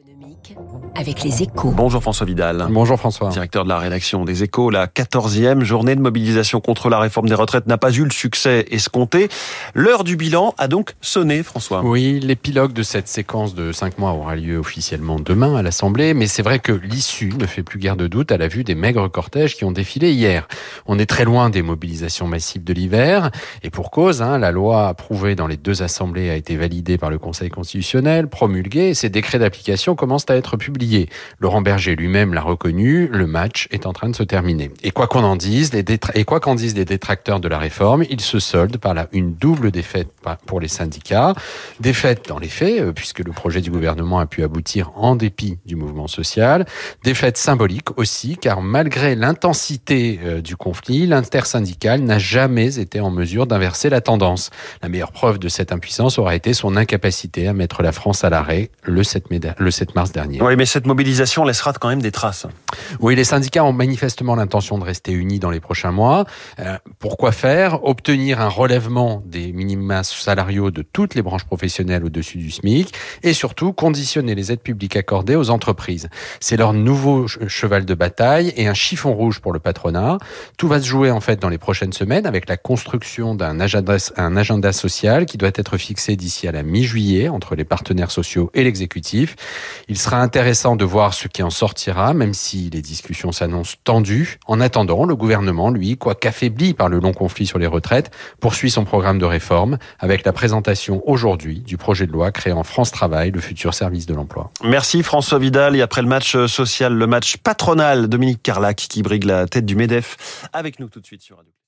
Économique avec les Échos. Bonjour François Vidal. Bonjour François. Directeur de la rédaction des Échos. La 14e journée de mobilisation contre la réforme des retraites n'a pas eu le succès escompté. L'heure du bilan a donc sonné, François. Oui, l'épilogue de cette séquence de 5 mois aura lieu officiellement demain à l'Assemblée, mais c'est vrai que l'issue ne fait plus guère de doute à la vue des maigres cortèges qui ont défilé hier. On est très loin des mobilisations massives de l'hiver, et pour cause, la loi approuvée dans les deux assemblées a été validée par le Conseil constitutionnel, promulguée, et ses décrets d'application commencent à être publiés. Laurent Berger lui-même l'a reconnu, le match est en train de se terminer. Et quoi qu'en disent les détracteurs de la réforme, il se solde par une double défaite pour les syndicats. Défaite dans les faits, puisque le projet du gouvernement a pu aboutir en dépit du mouvement social. Défaite symbolique aussi, car malgré l'intensité du conflit, l'intersyndicale n'a jamais été en mesure d'inverser la tendance. La meilleure preuve de cette impuissance aura été son incapacité à mettre la France à l'arrêt le 7 mars dernier. Oui, mais cette mobilisation laissera quand même des traces. Oui, les syndicats ont manifestement l'intention de rester unis dans les prochains mois. Pourquoi faire ? Obtenir un relèvement des minima salariaux de toutes les branches professionnelles au-dessus du SMIC et surtout conditionner les aides publiques accordées aux entreprises. C'est leur nouveau cheval de bataille et un chiffon rouge pour le patronat. Tout va se jouer en fait dans les prochaines semaines avec la construction d'un agenda social qui doit être fixé d'ici à la mi-juillet entre les partenaires sociaux et l'exécutif. Il sera intéressant de voir ce qui en sortira, même si les discussions s'annoncent tendues. En attendant, le gouvernement, lui, quoiqu'affaibli par le long conflit sur les retraites, poursuit son programme de réforme avec la présentation aujourd'hui du projet de loi créant France Travail, le futur service de l'emploi. Merci François Vidal. Et après le match social, le match patronal, Dominique Carlac qui brigue la tête du MEDEF avec nous tout de suite sur Radio.